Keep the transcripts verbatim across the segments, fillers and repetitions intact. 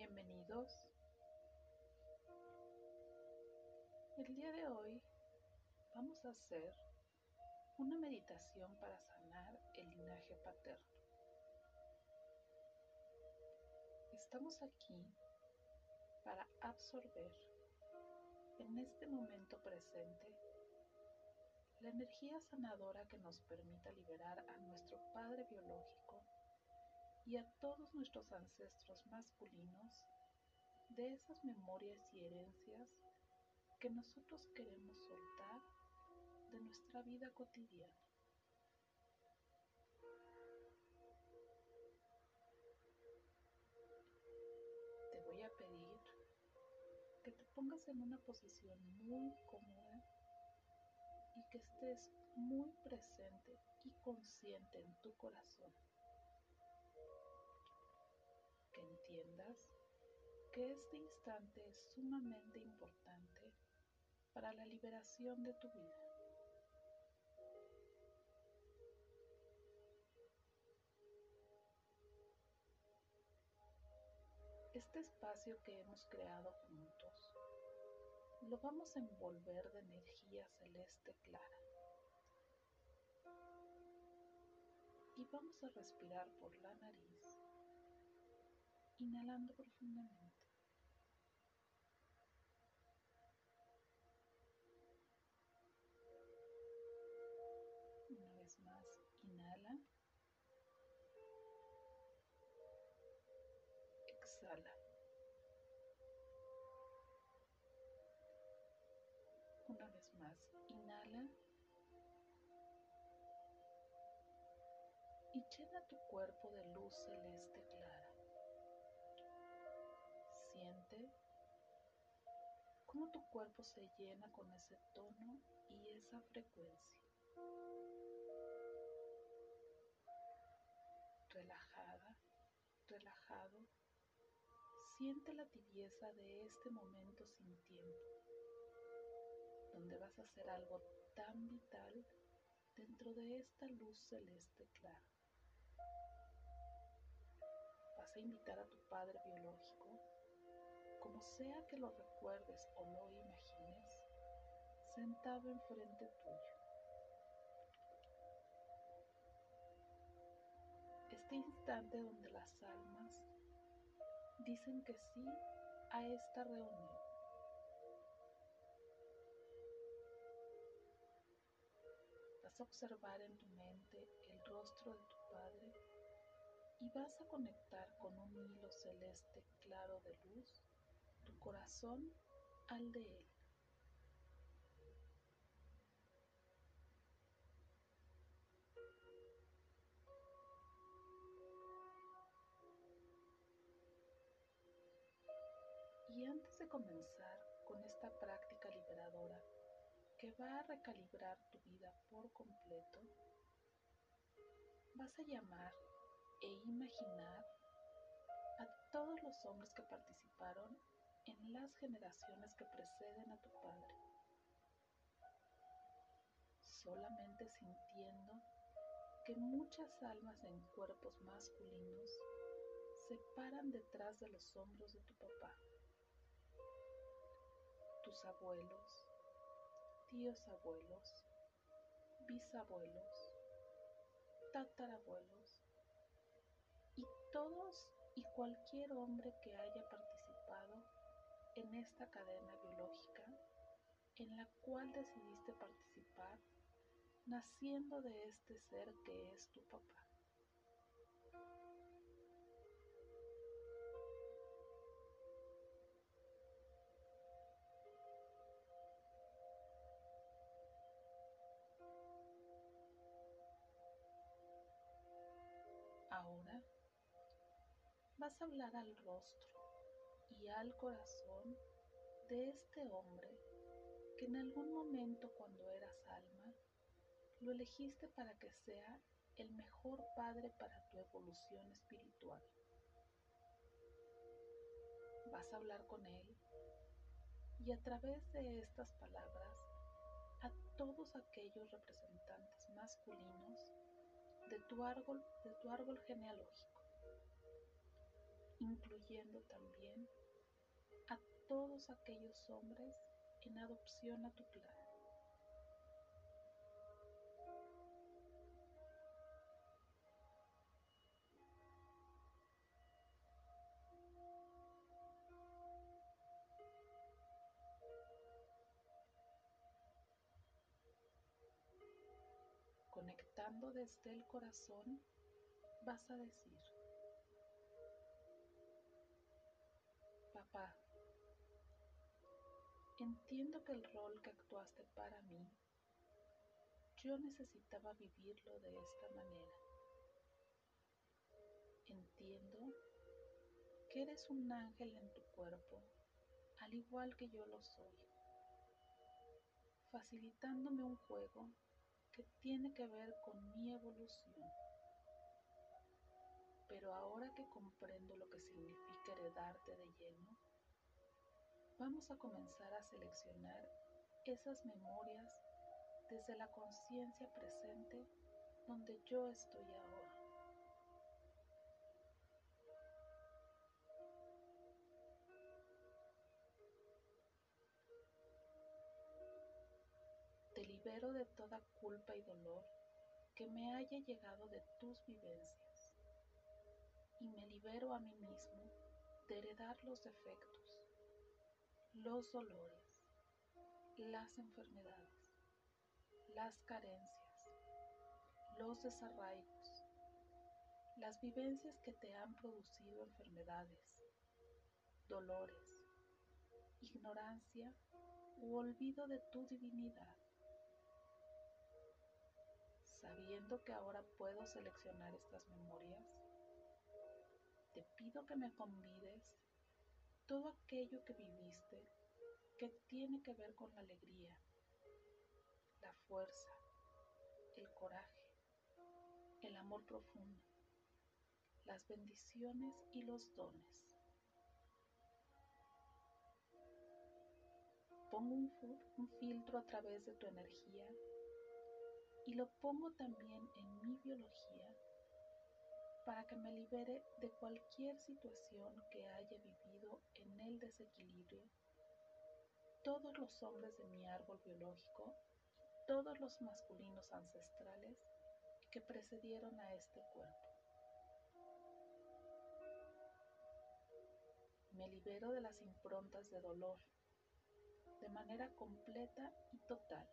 Bienvenidos. El día de hoy vamos a hacer una meditación para sanar el linaje paterno. Estamos aquí para absorber en este momento presente la energía sanadora que nos permita liberar a nuestro padre biológico y a todos nuestros ancestros masculinos de esas memorias y herencias que nosotros queremos soltar de nuestra vida cotidiana. Te voy a pedir que te pongas en una posición muy cómoda y que estés muy presente y consciente en tu corazón. Que entiendas que este instante es sumamente importante para la liberación de tu vida. Este espacio que hemos creado juntos lo vamos a envolver de energía celeste clara y vamos a respirar por la nariz, inhalando profundamente. Una vez más, inhala, exhala. Una vez más, inhala y llena tu cuerpo de luz celeste clara. Siente cómo tu cuerpo se llena con ese tono y esa frecuencia. Relajada, relajado, siente la tibieza de este momento sin tiempo, donde vas a hacer algo tan vital dentro de esta luz celeste clara. Vas a invitar a tu padre biológico, como sea que lo recuerdes o lo imagines, sentado enfrente tuyo. Este instante donde las almas dicen que sí a esta reunión. Vas a observar en tu mente el rostro de tu padre y vas a conectar con un hilo celeste claro de luz tu corazón al de él. Y antes de comenzar con esta práctica liberadora que va a recalibrar tu vida por completo, vas a llamar e imaginar a todos los hombres que participaron en las generaciones que preceden a tu padre, solamente sintiendo que muchas almas en cuerpos masculinos se paran detrás de los hombros de tu papá. Tus abuelos, tíos abuelos, bisabuelos, tatarabuelos y todos y cualquier hombre que haya participado en esta cadena biológica en la cual decidiste participar, naciendo de este ser que es tu papá. Ahora vas a hablar al rostro y al corazón de este hombre que en algún momento cuando eras alma, lo elegiste para que sea el mejor padre para tu evolución espiritual. Vas a hablar con él y a través de estas palabras a todos aquellos representantes masculinos de tu árbol, de tu árbol genealógico. incluyendo también a todos aquellos hombres en adopción a tu plan. Conectando desde el corazón, vas a decir: papá, entiendo que el rol que actuaste para mí, yo necesitaba vivirlo de esta manera. Entiendo que eres un ángel en tu cuerpo, al igual que yo lo soy, facilitándome un juego que tiene que ver con mi evolución. Pero ahora que comprendo lo que significa heredarte de lleno, vamos a comenzar a seleccionar esas memorias desde la conciencia presente donde yo estoy ahora. Te libero de toda culpa y dolor que me haya llegado de tus vivencias y me libero a mí mismo de heredar los defectos, los dolores, las enfermedades, las carencias, los desarraigos, las vivencias que te han producido enfermedades, dolores, ignorancia u olvido de tu divinidad. Sabiendo que ahora puedo seleccionar estas memorias, te pido que me convides todo aquello que viviste que tiene que ver con la alegría, la fuerza, el coraje, el amor profundo, las bendiciones y los dones. Pongo un, un filtro a través de tu energía y lo pongo también en mi biología para que me libere de cualquier situación que haya vivido en el desequilibrio todos los hombres de mi árbol biológico y todos los masculinos ancestrales que precedieron a este cuerpo. Me libero de las improntas de dolor de manera completa y total,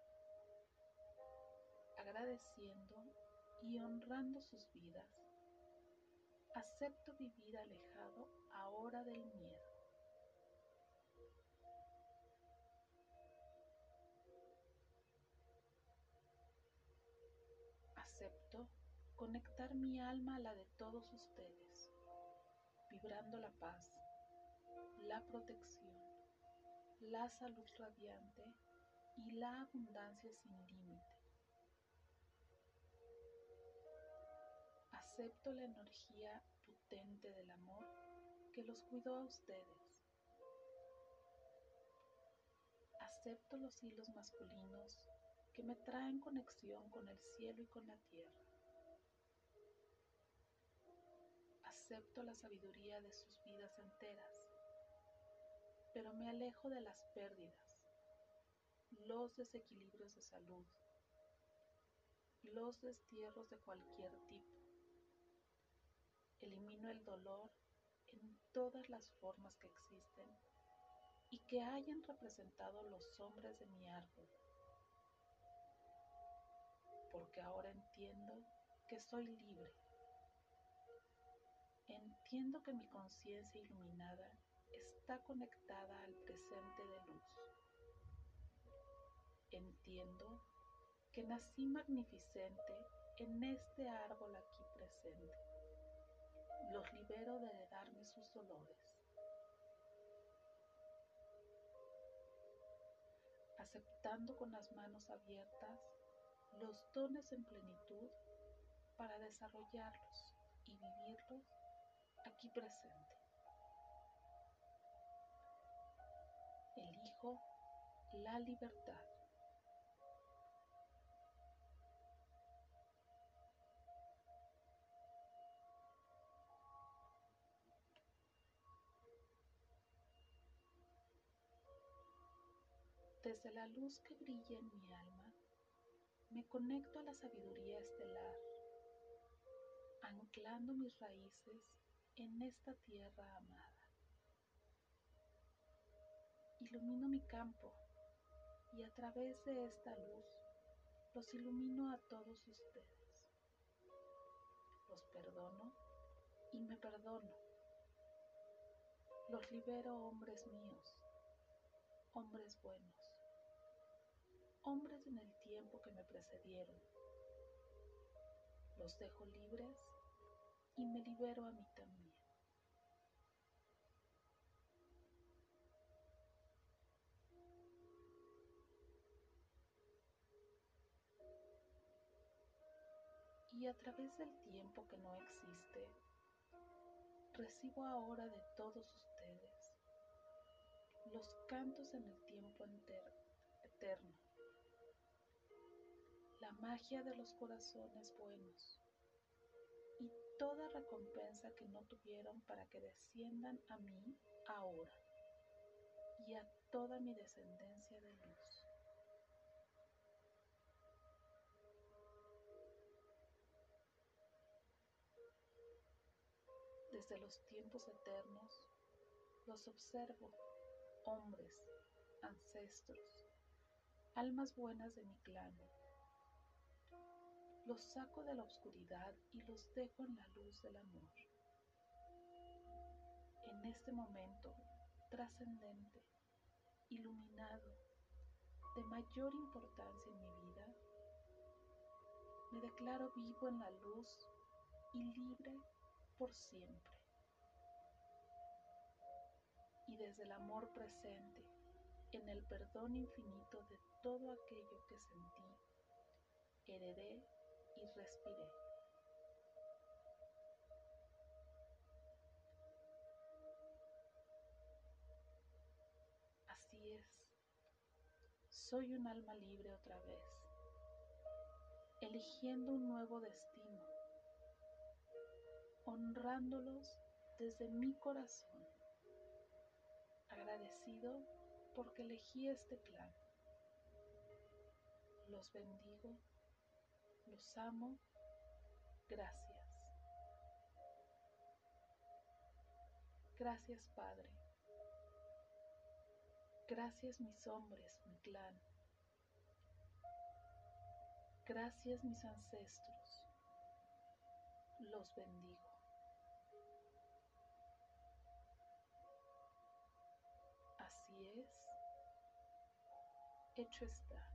agradeciendo y honrando sus vidas. Acepto vivir alejado ahora del miedo. Acepto conectar mi alma a la de todos ustedes, vibrando la paz, la protección, la salud radiante y la abundancia sin límite. Acepto la energía potente del amor que los cuidó a ustedes. Acepto los hilos masculinos que me traen conexión con el cielo y con la tierra. Acepto la sabiduría de sus vidas enteras, pero me alejo de las pérdidas, los desequilibrios de salud, los destierros de cualquier tipo. Elimino el dolor en todas las formas que existen y que hayan representado los hombres de mi árbol, porque ahora entiendo que soy libre. Entiendo que mi conciencia iluminada está conectada al presente de luz. Entiendo que nací magnificente en este árbol aquí presente. Los libero de heredarme sus dolores. Aceptando con las manos abiertas los dones en plenitud para desarrollarlos y vivirlos aquí presente. Elijo la libertad. Desde la luz que brilla en mi alma, me conecto a la sabiduría estelar, anclando mis raíces en esta tierra amada. Ilumino mi campo y a través de esta luz los ilumino a todos ustedes. Los perdono y me perdono. Los libero, hombres míos, hombres buenos, hombres en el tiempo que me precedieron. Los dejo libres y me libero a mí también. Y a través del tiempo que no existe, recibo ahora de todos ustedes los cantos en el tiempo enter- eterno, la magia de los corazones buenos y toda recompensa que no tuvieron para que desciendan a mí ahora y a toda mi descendencia de luz. Desde los tiempos eternos, los observo, hombres, ancestros, almas buenas de mi clan. Los saco de la oscuridad y los dejo en la luz del amor. En este momento trascendente, iluminado, de mayor importancia en mi vida, me declaro vivo en la luz y libre por siempre. Y desde el amor presente, en el perdón infinito de todo aquello que sentí, heredé y respiré. Así es, soy un alma libre otra vez, eligiendo un nuevo destino, honrándolos desde mi corazón, agradecido porque elegí este plan. Los bendigo, los amo, gracias. Gracias, Padre. Gracias, mis hombres, mi clan. Gracias, mis ancestros. Los bendigo. Así es, hecho está.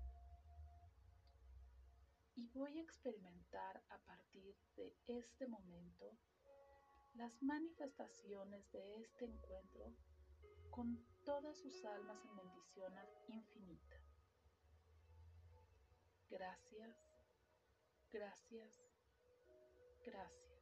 Y voy a experimentar a partir de este momento las manifestaciones de este encuentro con todas sus almas en bendición infinita. Gracias, gracias, gracias.